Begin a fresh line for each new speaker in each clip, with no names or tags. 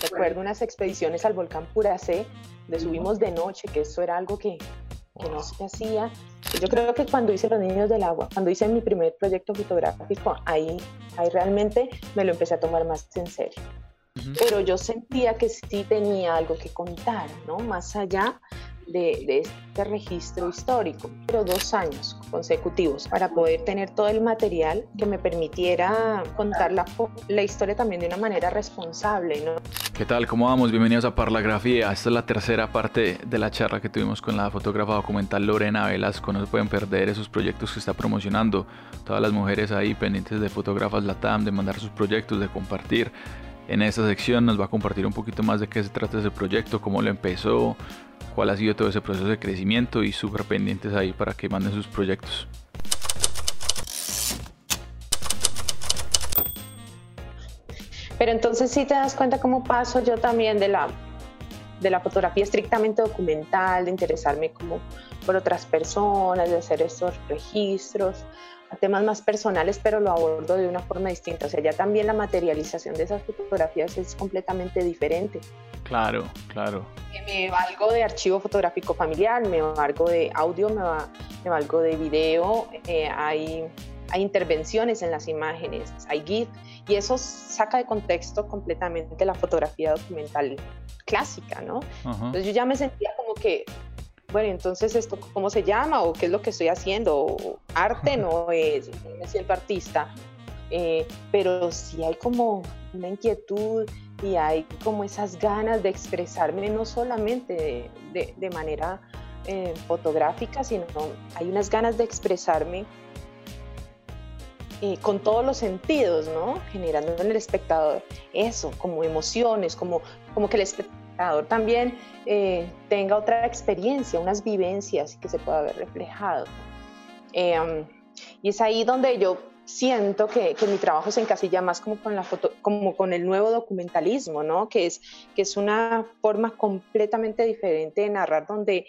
Recuerdo unas expediciones al volcán Puracé, donde subimos de noche, que eso era algo que no se hacía. Yo creo que cuando hice Los Niños del Agua, cuando hice mi primer proyecto fotográfico, ahí realmente me lo empecé a tomar más en serio. Pero yo sentía que sí tenía algo que contar, ¿no? Más allá de este registro histórico, pero 2 años consecutivos para poder tener todo el material que me permitiera contar la historia también de una manera responsable, ¿no?
¿Qué tal? ¿Cómo vamos? Bienvenidos a Parlagrafía. Esta es la tercera parte de la charla que tuvimos con la fotógrafa documental Lorena Velasco. No se pueden perder esos proyectos que está promocionando. Todas las mujeres ahí pendientes de Fotógrafas Latam, de mandar sus proyectos, de compartir. En esta sección nos va a compartir un poquito más de qué se trata ese proyecto, cómo lo empezó, cuál ha sido todo ese proceso de crecimiento y súper pendientes ahí para que manden sus proyectos.
Pero entonces sí te das cuenta cómo paso yo también de la fotografía estrictamente documental, de interesarme como por otras personas, de hacer estos registros, a temas más personales, pero lo abordo de una forma distinta. O sea, ya también la materialización de esas fotografías es completamente diferente.
Claro, claro.
Me valgo de archivo fotográfico familiar, me valgo de audio, me valgo de video, hay intervenciones en las imágenes, hay GIF, y eso saca de contexto completamente la fotografía documental clásica, ¿no? Entonces yo ya me sentía como que, bueno, entonces esto ¿cómo se llama? ¿O qué es lo que estoy haciendo? ¿O arte no es? No me siento artista, pero sí hay como una inquietud y hay como esas ganas de expresarme no solamente de manera fotográfica, sino hay unas ganas de expresarme con todos los sentidos, ¿no? Generando en el espectador eso, como emociones, como que el espectador también tenga otra experiencia, unas vivencias que se pueda ver reflejado. Y es ahí donde yo siento que mi trabajo se encasilla más como con la foto, como con el nuevo documentalismo, ¿no? Que es una forma completamente diferente de narrar, donde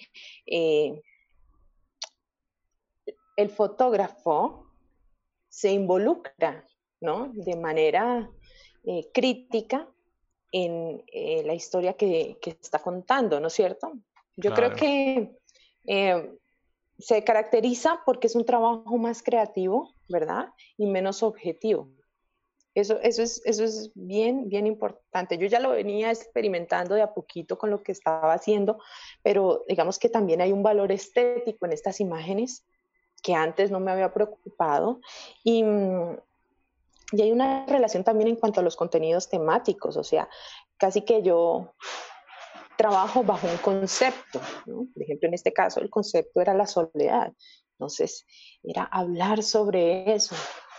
el fotógrafo se involucra, ¿no? De manera crítica en la historia que está contando, ¿no es cierto? Yo creo
Claro.
que se caracteriza porque es un trabajo más creativo, ¿verdad? Y menos objetivo. Eso es bien, bien importante. Yo ya lo venía experimentando de a poquito con lo que estaba haciendo, pero digamos que también hay un valor estético en estas imágenes que antes no me había preocupado. Y hay una relación también en cuanto a los contenidos temáticos, o sea, casi que yo trabajo bajo un concepto, ¿no? Por ejemplo, en este caso el concepto era la soledad, entonces era hablar sobre eso.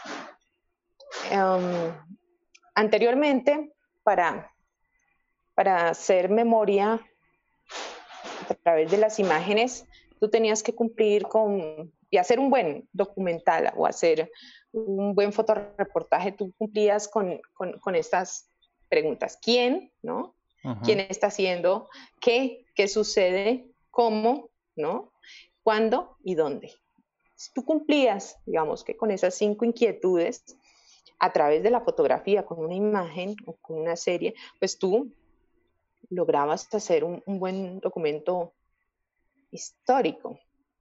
Anteriormente, para hacer memoria a través de las imágenes, tú tenías que cumplir con, y hacer un buen documental o hacer un buen fotoreportaje, tú cumplías con estas preguntas. ¿Quién? ¿No? ¿Quién está haciendo? ¿Qué? ¿Qué sucede? ¿Cómo? ¿No? ¿Cuándo? ¿Y dónde? Si tú cumplías, digamos que con esas 5 inquietudes, a través de la fotografía, con una imagen o con una serie, pues tú lograbas hacer un buen documento histórico.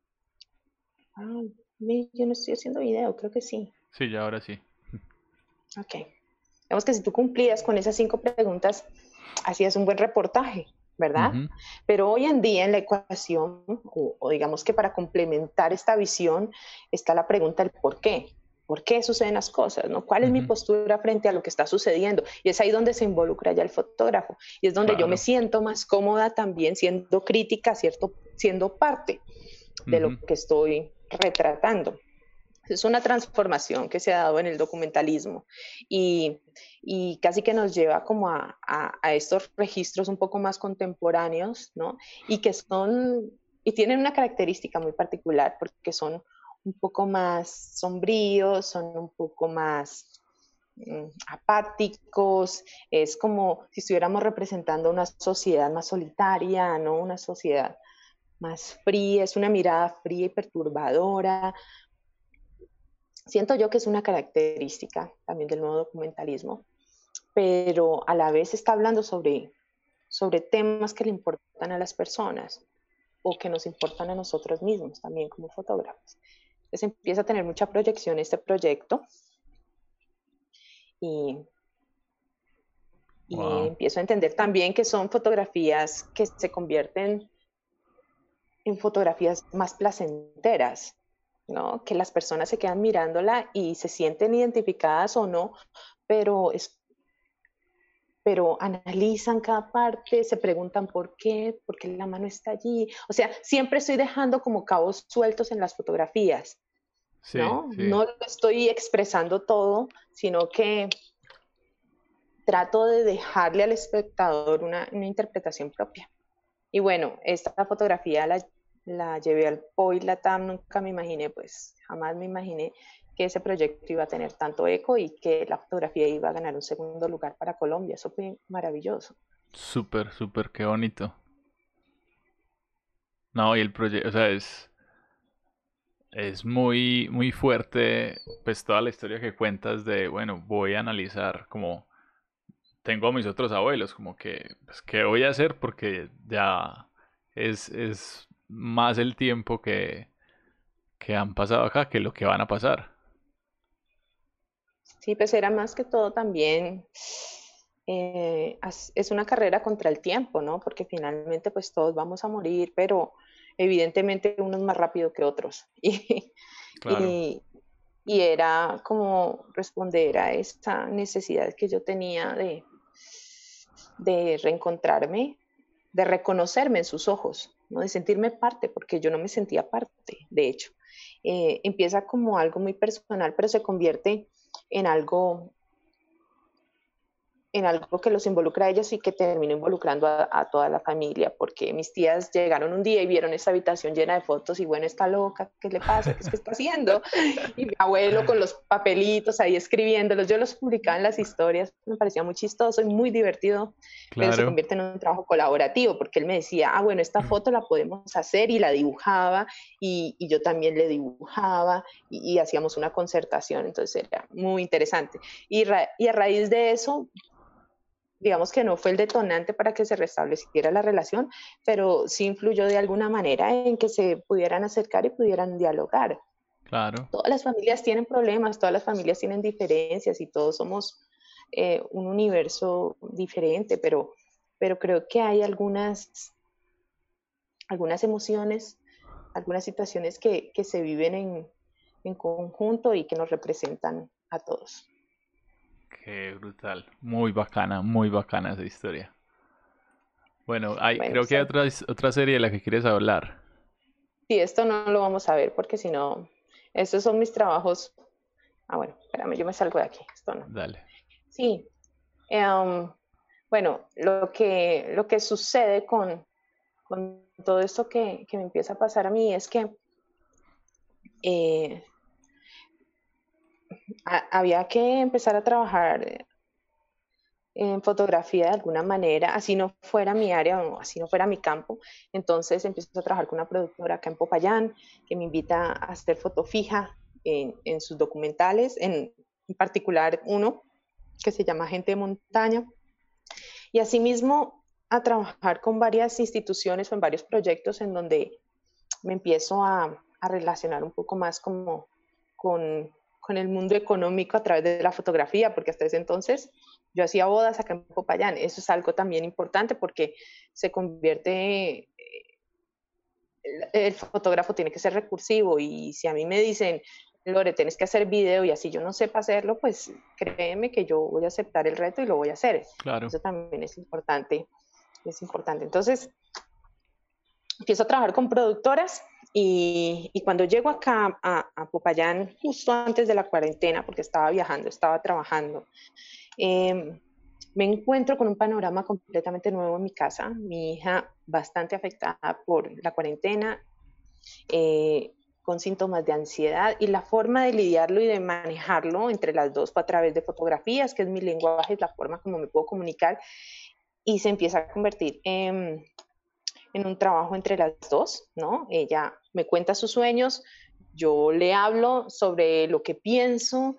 Yo no estoy haciendo video, creo que sí.
Sí, ya ahora sí.
Ok. Digamos que si tú cumplías con esas 5 preguntas, hacías un buen reportaje, ¿verdad? Pero hoy en día en la ecuación, o digamos que para complementar esta visión, está la pregunta del por qué. ¿Por qué suceden las cosas? ¿No? ¿Cuál es mi postura frente a lo que está sucediendo? Y es ahí donde se involucra ya el fotógrafo. Y es donde yo me siento más cómoda también siendo crítica, siendo parte de lo que estoy retratando. Es una transformación que se ha dado en el documentalismo y casi que nos lleva como a estos registros un poco más contemporáneos, ¿no? Y que tienen una característica muy particular porque son un poco más sombríos, son un poco más apáticos, es como si estuviéramos representando una sociedad más solitaria, ¿no? Una sociedad más fría, es una mirada fría y perturbadora. Siento yo que es una característica también del nuevo documentalismo. pero a la vez está hablando sobre temas que le importan a las personas o que nos importan a nosotros mismos también como fotógrafos. Entonces empieza a tener mucha proyección este proyecto y,
Wow.
empiezo a entender también que son fotografías que se convierten en fotografías más placenteras, ¿no? Que las personas se quedan mirándola y se sienten identificadas o no, pero pero analizan cada parte, se preguntan por qué la mano está allí. O sea, siempre estoy dejando como cabos sueltos en las fotografías,
Sí,
¿no?
sí.
No lo estoy expresando todo, sino que trato de dejarle al espectador una interpretación propia. Y bueno, esta fotografía la llevé al POI Latam, nunca me imaginé, pues jamás me imaginé que ese proyecto iba a tener tanto eco y que la fotografía iba a ganar un segundo lugar para Colombia. Eso fue maravilloso.
Súper, súper, qué bonito. No, y el proyecto, o sea, es muy, muy fuerte, pues toda la historia que cuentas de, bueno, voy a analizar como tengo a mis otros abuelos, como que, pues, ¿qué voy a hacer? Porque ya es más el tiempo que han pasado acá que lo que van a pasar.
Sí, pues era más que todo también, es una carrera contra el tiempo, ¿no? Porque finalmente pues todos vamos a morir, pero evidentemente unos más rápido que otros.
Claro,
Y, y era como responder a esa necesidad que yo tenía de reencontrarme, de reconocerme en sus ojos, ¿no? De sentirme parte, porque yo no me sentía parte, de hecho. Empieza como algo muy personal, pero se convierte en algo en algo que los involucra a ellos y que terminó involucrando a toda la familia, porque mis tías llegaron un día y vieron esa habitación llena de fotos y bueno, está loca, ¿qué le pasa? ¿Qué es que está haciendo? Y mi abuelo con los papelitos ahí escribiéndolos, yo los publicaba en las historias, me parecía muy chistoso y muy divertido, pero se
claro.
convierte en un trabajo colaborativo, porque él me decía, ah, bueno, esta foto la podemos hacer y la dibujaba y yo también le dibujaba y hacíamos una concertación, entonces era muy interesante. Y a raíz de eso digamos que no fue el detonante para que se restableciera la relación, pero sí influyó de alguna manera en que se pudieran acercar y pudieran dialogar.
Claro.
Todas las familias tienen problemas, todas las familias tienen diferencias y todos somos un universo diferente, pero creo que hay algunas emociones, algunas situaciones que se viven en conjunto y que nos representan a todos.
Qué brutal. Muy bacana esa historia. Bueno,
Bueno,
creo que hay otra serie de la que quieres hablar.
sí, esto no lo vamos a ver porque si no, estos son mis trabajos. Ah, bueno, espérame, yo me salgo de aquí. Esto no.
Dale.
Sí, em, bueno, lo que sucede con todo esto que me empieza a pasar a mí es que eh, había que empezar a trabajar en fotografía de alguna manera, así no fuera mi área o así no fuera mi campo. Entonces empiezo a trabajar con una productora acá en Popayán que me invita a hacer foto fija en sus documentales, en particular uno que se llama Gente de Montaña. Y asimismo a trabajar con varias instituciones o en varios proyectos en donde me empiezo a relacionar un poco más como con el mundo económico a través de la fotografía, porque hasta ese entonces yo hacía bodas acá en Popayán. Eso es algo también importante porque se convierte, el fotógrafo tiene que ser recursivo y si a mí me dicen, Lore, tienes que hacer video y así yo no sepa hacerlo, pues créeme que yo voy a aceptar el reto y lo voy a hacer.
Claro.
Eso también es importante, es importante. Entonces, empiezo a trabajar con productoras y cuando llego acá a Popayán, justo antes de la cuarentena, porque estaba viajando, estaba trabajando, eh, me encuentro con un panorama completamente nuevo en mi casa. Mi hija bastante afectada por la cuarentena, eh, con síntomas de ansiedad y la forma de lidiarlo y de manejarlo entre las dos fue a través de fotografías, que es mi lenguaje, es la forma como me puedo comunicar y se empieza a convertir en un trabajo entre las dos, ¿no? Ella me cuenta sus sueños, yo le hablo sobre lo que pienso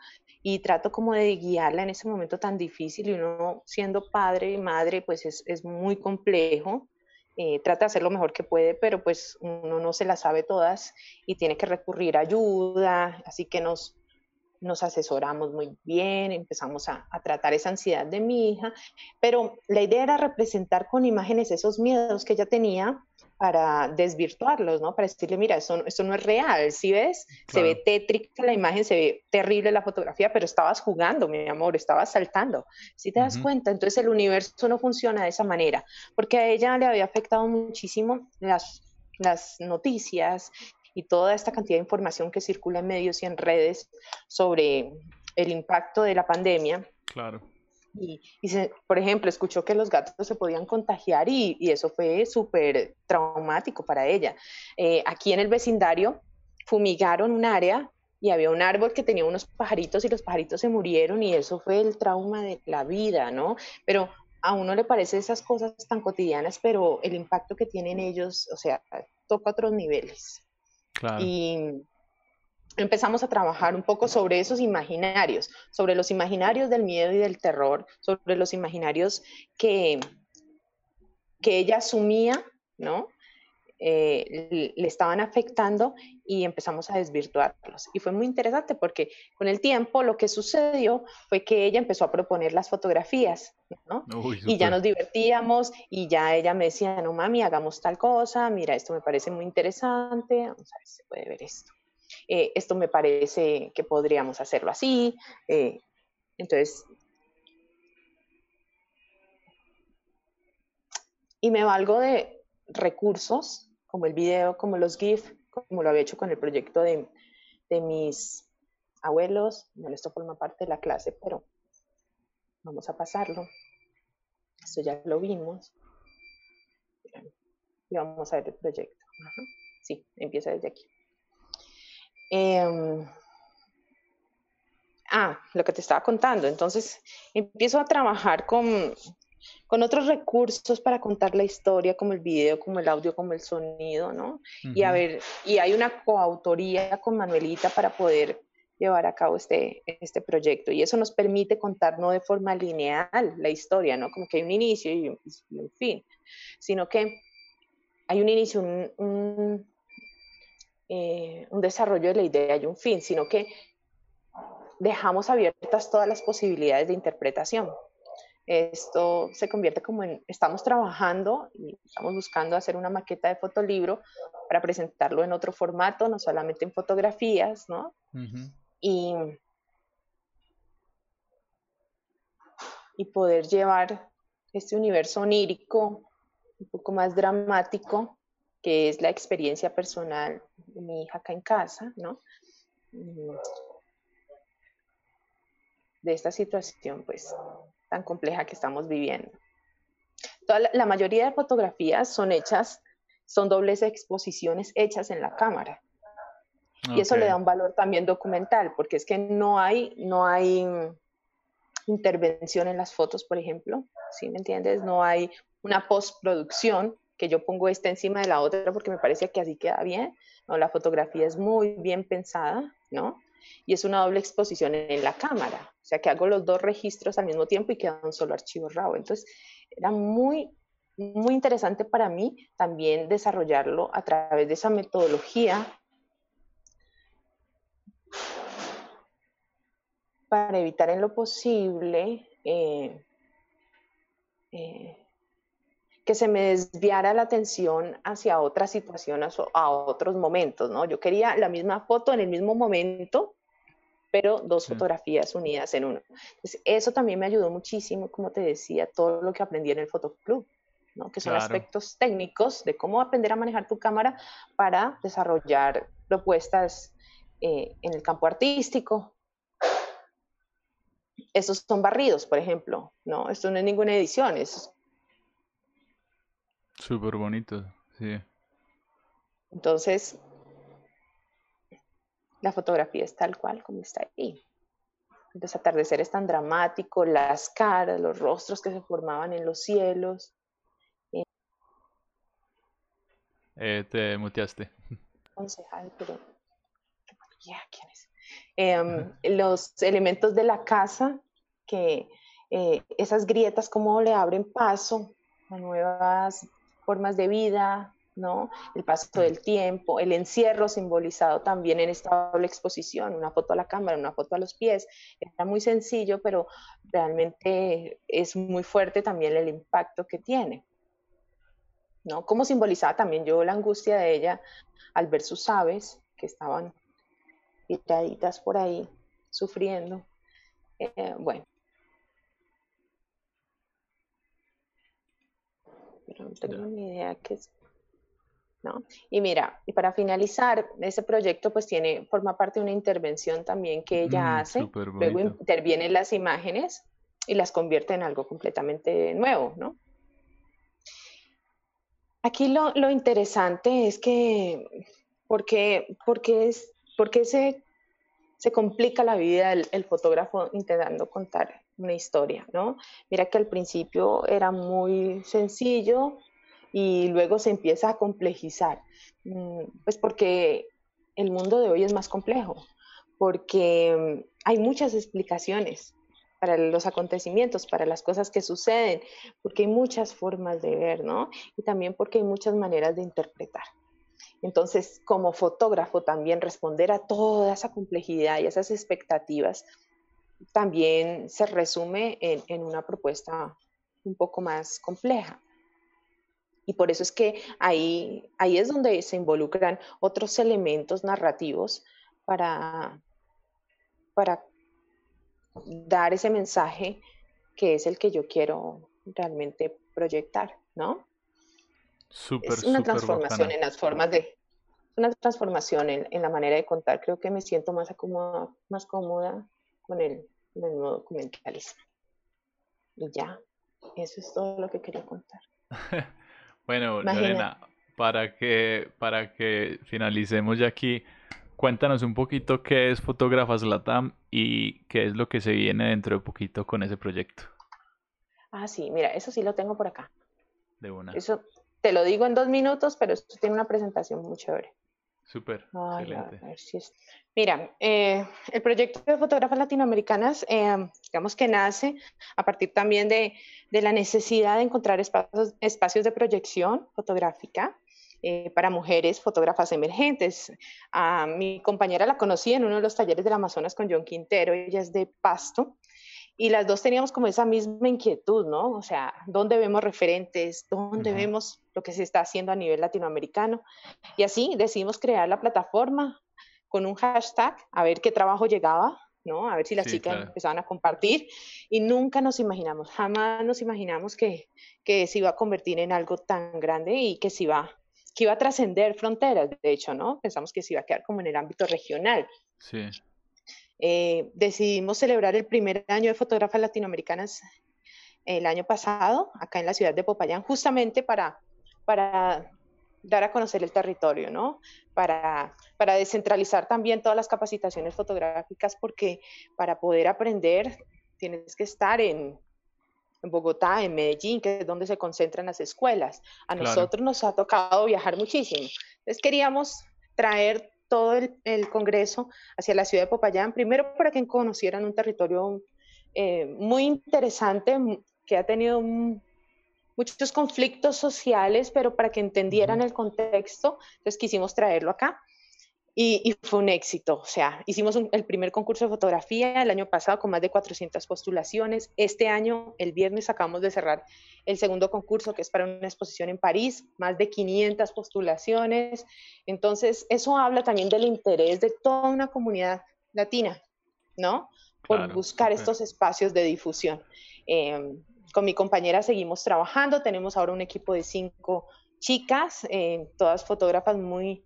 y trato como de guiarla en ese momento tan difícil y uno siendo padre y madre pues es muy complejo. Trata de hacer lo mejor que puede, pero pues uno no se las sabe todas y tiene que recurrir a ayuda, así que nos asesoramos muy bien, empezamos a tratar esa ansiedad de mi hija, pero la idea era representar con imágenes esos miedos que ella tenía para desvirtuarlos, ¿no? Para decirle, mira, esto no es real, ¿sí ves? Se
Claro.
ve tétrica la imagen, se ve terrible la fotografía, pero estabas jugando, mi amor, estabas saltando, ¿sí te das
Ujú.
cuenta? Entonces el universo no funciona de esa manera, porque a ella le había afectado muchísimo las noticias y toda esta cantidad de información que circula en medios y en redes sobre el impacto de la pandemia.
Claro.
Por ejemplo, escuchó que los gatos se podían contagiar y eso fue súper traumático para ella. Aquí en el vecindario fumigaron un área y había un árbol que tenía unos pajaritos y los pajaritos se murieron y eso fue el trauma de la vida, ¿no? Pero a uno le parece esas cosas tan cotidianas, pero el impacto que tienen ellos, o sea, toca otros niveles.
Claro.
Y empezamos a trabajar un poco sobre esos imaginarios, sobre los imaginarios del miedo y del terror, sobre los imaginarios que, que ella asumía, ¿no? Le estaban afectando y empezamos a desvirtuarlos. Y fue muy interesante porque con el tiempo lo que sucedió fue que ella empezó a proponer las fotografías, ¿no?
Uy,
Y ya
súper.
nos divertíamos y ya ella me decía, no mami, hagamos tal cosa, mira, esto me parece muy interesante, vamos a ver si se puede ver esto. Esto me parece que podríamos hacerlo así. Eh, entonces, y me valgo de recursos como el video, como los GIF, como lo había hecho con el proyecto de mis abuelos. Bueno, esto forma parte de la clase, pero vamos a pasarlo. Esto ya lo vimos. Y vamos a ver el proyecto. Ajá. Sí, empieza desde aquí. Eh, lo que te estaba contando. Entonces, empiezo a trabajar con otros recursos para contar la historia, como el video, como el audio, como el sonido, ¿no? Y a
Ujú.
ver, y hay una coautoría con Manuelita para poder llevar a cabo este proyecto. Y eso nos permite contar no de forma lineal la historia, ¿no? Como que hay un inicio y un fin, sino que hay un inicio, un desarrollo de la idea y un fin, sino que dejamos abiertas todas las posibilidades de interpretación. Esto se convierte como en, estamos trabajando y estamos buscando hacer una maqueta de fotolibro para presentarlo en otro formato, no solamente en fotografías, ¿no?
Ujú.
Y, y poder llevar este universo onírico, un poco más dramático, que es la experiencia personal de mi hija acá en casa, ¿no? De esta situación, pues, tan compleja que estamos viviendo. La mayoría de fotografías son hechas, son dobles exposiciones hechas en la cámara. Y
Ok.
eso le da un valor también documental, porque es que no hay intervención en las fotos, por ejemplo, ¿sí me entiendes? No hay una postproducción que yo pongo esta encima de la otra porque me parece que así queda bien. No, la fotografía es muy bien pensada, ¿no? Y es una doble exposición en la cámara, o sea que hago los dos registros al mismo tiempo y queda un solo archivo RAW. Entonces, era muy interesante para mí también desarrollarlo a través de esa metodología para evitar en lo posible eh, que se me desviara la atención hacia otras situaciones o a otros momentos, ¿no? Yo quería la misma foto en el mismo momento, pero dos
Sí.
fotografías unidas en uno. Entonces, eso también me ayudó muchísimo, como te decía, todo lo que aprendí en el Fotoclub, ¿no? Que son
Claro.
aspectos técnicos de cómo aprender a manejar tu cámara para desarrollar propuestas en el campo artístico. Esos son barridos, por ejemplo, ¿no? Esto no es ninguna edición,
Súper bonito. Sí.
entonces la fotografía es tal cual como está ahí. Los atardeceres tan dramáticos, las caras, los rostros que se formaban en los cielos.
Te muteaste.
Concejal, pero ya, ¿quién es? Los elementos de la casa, que esas grietas, cómo le abren paso a nuevas formas de vida, ¿no? El paso del tiempo, el encierro simbolizado también en esta doble exposición, una foto a la cámara, una foto a los pies. Está muy sencillo, pero realmente es muy fuerte también el impacto que tiene, ¿no? Como simbolizaba también yo la angustia de ella al ver sus aves que estaban tiraditas por ahí, sufriendo. Bueno, pero no tengo ni idea qué es, ¿no? Y mira, y para finalizar, ese proyecto pues forma parte de una intervención también que ella hace,
Súper
luego
bonito.
interviene en las imágenes y las convierte en algo completamente nuevo, ¿no? Aquí lo interesante es que, porque se complica la vida el fotógrafo intentando contar una historia, ¿no? Mira que al principio era muy sencillo y luego se empieza a complejizar, pues porque el mundo de hoy es más complejo, porque hay muchas explicaciones para los acontecimientos, para las cosas que suceden, porque hay muchas formas de ver, ¿no? Y también porque hay muchas maneras de interpretar. Entonces, como fotógrafo, también responder a toda esa complejidad y esas expectativas también se resume en una propuesta un poco más compleja. Y por eso es que ahí es donde se involucran otros elementos narrativos para, para dar ese mensaje que es el que yo quiero realmente proyectar, ¿no?
Súper,
Es una
súper
transformación
bacana.
en las formas de, una transformación en la manera de contar. Creo que me siento más cómoda con el nuevo documentalismo. Y ya, eso es todo lo que quería contar.
Bueno,
Imagina.
Lorena, para que finalicemos ya aquí, cuéntanos un poquito qué es Fotógrafas Latam y qué es lo que se viene dentro de poquito con ese proyecto.
Ah, sí, mira, eso sí lo tengo por acá.
De una.
Eso te lo digo en 2 minutos, pero esto tiene una presentación muy chévere.
Súper,
Ay, a
excelente.
ver si es. Mira, el proyecto de fotógrafas latinoamericanas, digamos que nace a partir también de la necesidad de encontrar espacios de proyección fotográfica para mujeres fotógrafas emergentes. A mi compañera la conocí en uno de los talleres del Amazonas con John Quintero, ella es de Pasto, y las dos teníamos como esa misma inquietud, ¿no? O sea, ¿dónde vemos referentes? ¿Dónde
Ujú.
vemos lo que se está haciendo a nivel latinoamericano? Y así decidimos crear la plataforma con un hashtag, a ver qué trabajo llegaba, ¿no? A ver si las
Sí,
chicas
claro.
empezaban a compartir. Y nunca nos imaginamos, jamás nos imaginamos que se iba a convertir en algo tan grande y que iba a trascender fronteras, de hecho, ¿no? Pensamos que se iba a quedar como en el ámbito regional.
Sí.
Decidimos celebrar el primer año de fotógrafas latinoamericanas el año pasado, acá en la ciudad de Popayán, justamente para dar a conocer el territorio, ¿no? Para descentralizar también todas las capacitaciones fotográficas, porque para poder aprender tienes que estar en Bogotá, en Medellín, que es donde se concentran las escuelas. A
Claro.
nosotros nos ha tocado viajar muchísimo. Entonces queríamos traer todo el Congreso hacia la ciudad de Popayán, primero para que conocieran un territorio muy interesante, que ha tenido muchos conflictos sociales, pero para que entendieran
Ujú.
el contexto, entonces quisimos traerlo acá. Y fue un éxito, o sea, hicimos el primer concurso de fotografía el año pasado con más de 400 postulaciones. Este año, el viernes, acabamos de cerrar el segundo concurso, que es para una exposición en París, más de 500 postulaciones. Entonces, eso habla también del interés de toda una comunidad latina, ¿no? Por
Claro,
buscar
súper.
estos espacios de difusión. Eh, con mi compañera seguimos trabajando, tenemos ahora un equipo de 5 chicas, todas fotógrafas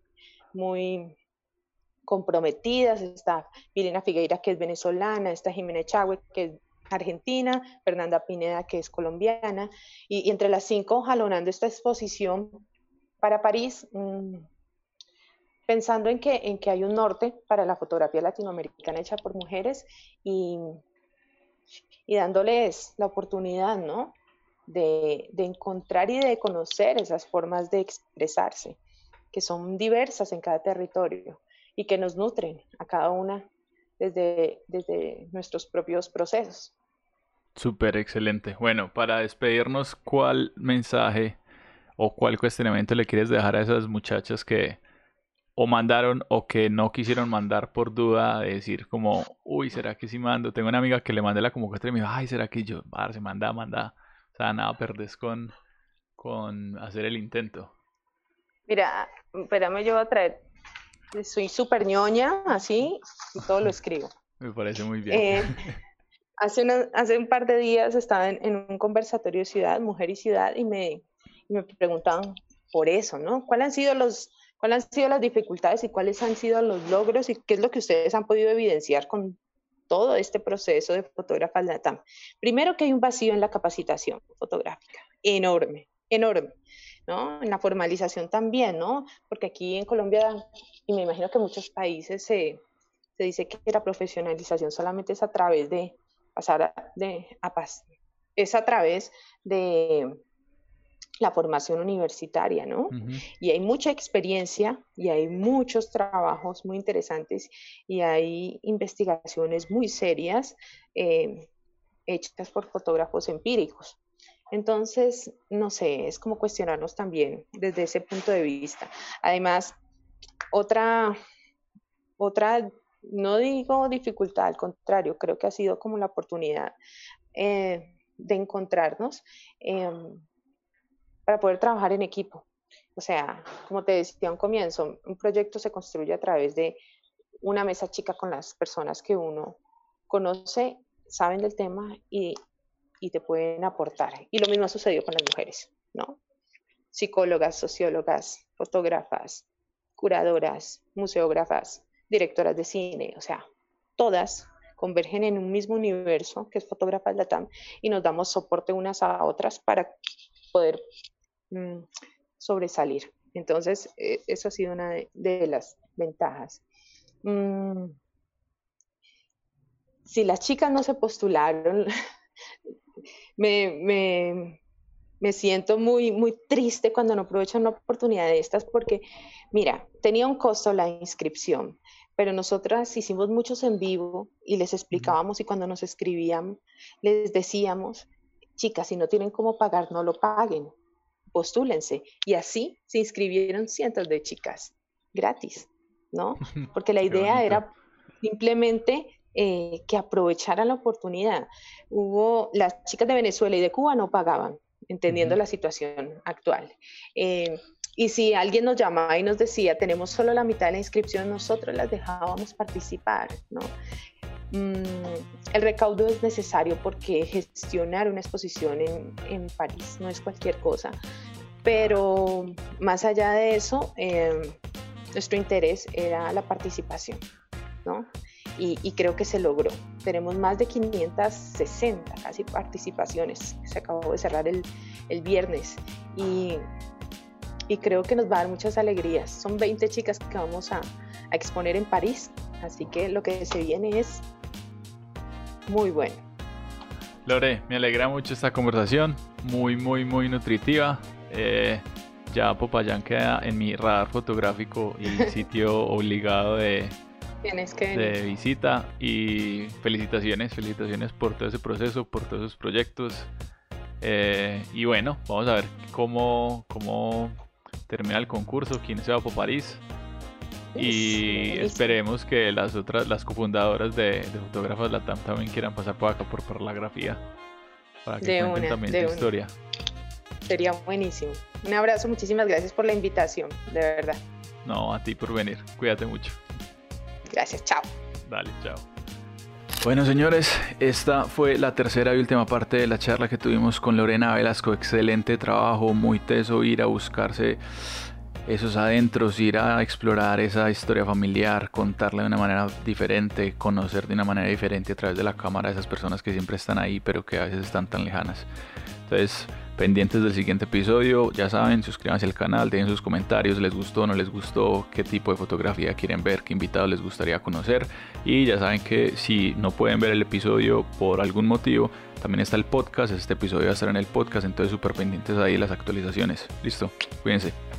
muy comprometidas. Está Milena Figueira, que es venezolana, está Jimena Echagüe, que es argentina, Fernanda Pineda, que es colombiana, y entre las 5 jalonando esta exposición para París, pensando en que hay un norte para la fotografía latinoamericana hecha por mujeres y, y dándoles la oportunidad, ¿no? De encontrar y de conocer esas formas de expresarse, que son diversas en cada territorio y que nos nutren a cada una desde nuestros propios procesos.
Súper excelente. Bueno, para despedirnos, ¿cuál mensaje o cuál cuestionamiento le quieres dejar a esas muchachas que o mandaron o que no quisieron mandar por duda de decir como, uy, ¿será que sí mando? Tengo una amiga que le mandé la convocatoria y me dijo, ay, ¿será que yo? Se manda. O sea, nada perdés con hacer el intento.
Mira, espérame, yo voy a traer, soy súper ñoña, así, y todo lo escribo.
Me parece muy bien.
Hace un par de días estaba en un conversatorio de ciudad, mujer y ciudad, y me preguntaban por eso, ¿no? ¿Cuáles han sido las dificultades y cuáles han sido los logros y qué es lo que ustedes han podido evidenciar con todo este proceso de Fotógrafas LATAM? Primero, que hay un vacío en la capacitación fotográfica, enorme, enorme, ¿no? En la formalización también, ¿no? Porque aquí en Colombia, y me imagino que en muchos países se dice que la profesionalización solamente es a través de es a través de la formación universitaria, ¿no?
Ujú.
Y hay mucha experiencia y hay muchos trabajos muy interesantes y hay investigaciones muy serias hechas por fotógrafos empíricos. Entonces, no sé, es como cuestionarnos también desde ese punto de vista. Además, otra, no digo dificultad, al contrario, creo que ha sido como la oportunidad de encontrarnos para poder trabajar en equipo. O sea, como te decía a un comienzo, un proyecto se construye a través de una mesa chica con las personas que uno conoce, saben del tema y te pueden aportar. Y lo mismo ha sucedido con las mujeres, ¿no? Psicólogas, sociólogas, fotógrafas, curadoras, museógrafas, directoras de cine, o sea, todas convergen en un mismo universo que es Fotógrafas LATAM y nos damos soporte unas a otras para poder sobresalir. Entonces, eso ha sido una de las ventajas. Si las chicas no se postularon, me siento muy, muy triste cuando no aprovechan una oportunidad de estas porque, mira, tenía un costo la inscripción, pero nosotras hicimos muchos en vivo y les explicábamos y cuando nos escribían les decíamos, chicas, si no tienen cómo pagar, no lo paguen, postúlense. Y así se inscribieron cientos de chicas gratis, ¿no? Porque la idea era simplemente que aprovecharan la oportunidad. Las chicas de Venezuela y de Cuba no pagaban, entendiendo la situación actual. Y si alguien nos llamaba y nos decía, tenemos solo la mitad de la inscripción, nosotros las dejábamos participar, ¿no? El recaudo es necesario porque gestionar una exposición en París no es cualquier cosa, pero más allá de eso, nuestro interés era la participación, ¿no? Y creo que se logró. Tenemos más de 560 casi participaciones. Se acabó de cerrar el viernes y creo que nos va a dar muchas alegrías. Son 20 chicas que vamos a exponer en París, así que lo que se viene es muy bueno.
Lore, me alegra mucho esta conversación, muy, muy, muy nutritiva. Ya Popayán queda en mi radar fotográfico y sitio obligado de visita. Y felicitaciones por todo ese proceso, por todos esos proyectos. Y bueno, vamos a ver cómo termina el concurso, quién se va por París. Y esperemos que las cofundadoras de Fotógrafas LATAM también quieran pasar por acá por Parlagrafía para que cuenten también su historia.
Sería buenísimo. Un abrazo, muchísimas gracias por la invitación, de verdad.
No, a ti por venir, cuídate mucho.
Gracias, chao.
Dale, chao. Bueno, señores, esta fue la tercera y última parte de la charla que tuvimos con Lorena Velasco. Excelente trabajo, muy teso ir a buscarse esos adentros, ir a explorar esa historia familiar, contarla de una manera diferente, conocer de una manera diferente a través de la cámara a esas personas que siempre están ahí pero que a veces están tan lejanas. Entonces, pendientes del siguiente episodio, ya saben, suscríbanse al canal, dejen sus comentarios, les gustó, no les gustó, qué tipo de fotografía quieren ver, qué invitados les gustaría conocer. Y ya saben que si no pueden ver el episodio por algún motivo, también está el podcast, este episodio va a estar en el podcast, entonces súper pendientes ahí de las actualizaciones. Listo, cuídense.